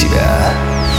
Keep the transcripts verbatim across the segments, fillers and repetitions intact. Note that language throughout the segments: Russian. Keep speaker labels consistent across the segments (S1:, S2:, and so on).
S1: себя».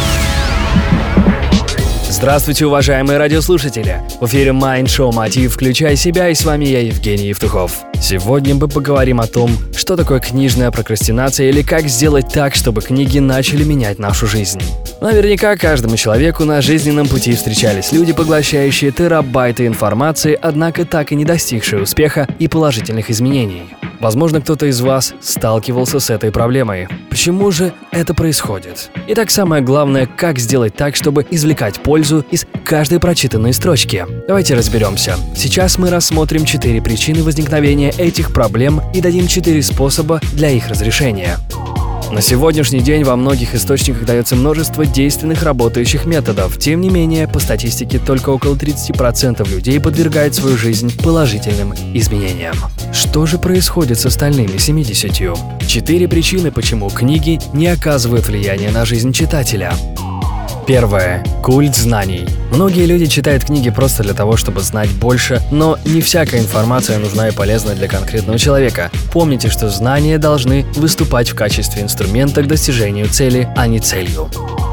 S2: Здравствуйте, уважаемые радиослушатели! В эфире Mind Show Мотив «Включай себя», и с вами я, Евгений Евтухов. Сегодня мы поговорим о том, что такое книжная прокрастинация или как сделать так, чтобы книги начали менять нашу жизнь. Наверняка каждому человеку на жизненном пути встречались люди, поглощающие терабайты информации, однако так и не достигшие успеха и положительных изменений. Возможно, кто-то из вас сталкивался с этой проблемой. Почему же это происходит? Итак, самое главное, как сделать так, чтобы извлекать пользу из каждой прочитанной строчки. Давайте разберемся. Сейчас мы рассмотрим четыре причины возникновения этих проблем и дадим четыре способа для их разрешения. На сегодняшний день во многих источниках дается множество действенных работающих методов. Тем не менее, по статистике, только около тридцать процентов людей подвергают свою жизнь положительным изменениям. Что же происходит с остальными семьдесятью? Четыре причины, почему книги не оказывают влияния на жизнь читателя. Первое. Культ знаний. Многие люди читают книги просто для того, чтобы знать больше, но не всякая информация нужна и полезна для конкретного человека. Помните, что знания должны выступать в качестве инструмента к достижению цели, а не целью.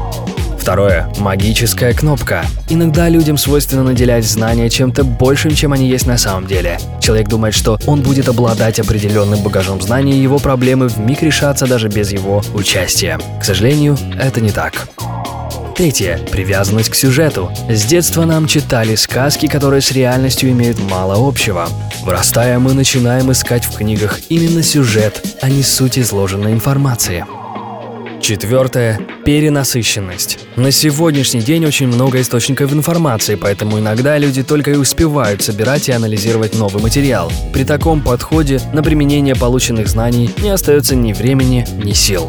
S2: Второе. Магическая кнопка. Иногда людям свойственно наделять знания чем-то большим, чем они есть на самом деле. Человек думает, что он будет обладать определенным багажом знаний, и его проблемы вмиг решатся даже без его участия. К сожалению, это не так. Третье. Привязанность к сюжету. С детства нам читали сказки, которые с реальностью имеют мало общего. Вырастая, мы начинаем искать в книгах именно сюжет, а не суть изложенной информации. Четвертое. Перенасыщенность. На сегодняшний день очень много источников информации, поэтому иногда люди только и успевают собирать и анализировать новый материал. При таком подходе на применение полученных знаний не остается ни времени, ни сил.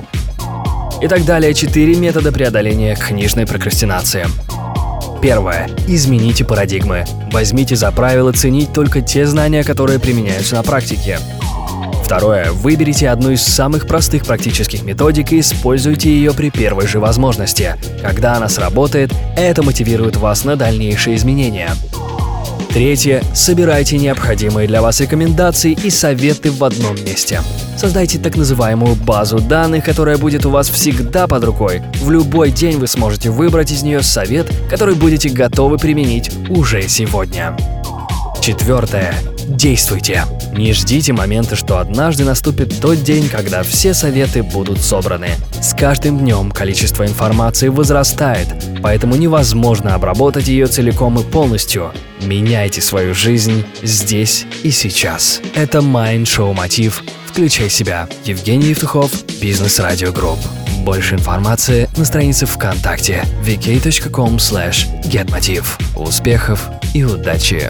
S2: И так далее. Четыре метода преодоления книжной прокрастинации. Первое. Измените парадигмы. Возьмите за правило ценить только те знания, которые применяются на практике. Второе. Выберите одну из самых простых практических методик и используйте ее при первой же возможности. Когда она сработает, это мотивирует вас на дальнейшие изменения. Третье. Собирайте необходимые для вас рекомендации и советы в одном месте. Создайте так называемую базу данных, которая будет у вас всегда под рукой. В любой день вы сможете выбрать из нее совет, который будете готовы применить уже сегодня. Четвертое. Действуйте. Не ждите момента, что однажды наступит тот день, когда все советы будут собраны. С каждым днем количество информации возрастает, поэтому невозможно обработать ее целиком и полностью. Меняйте свою жизнь здесь и сейчас. Это Mind Show Мотив. Включай себя. Евгений Евтухов, Бизнес Радио Групп. Больше информации на странице ВКонтакте ви кей точка ком слэш гет мотив. Успехов и удачи!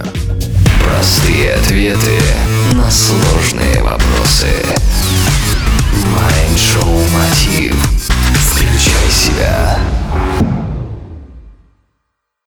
S1: Простые ответы на сложные вопросы. Mind Show.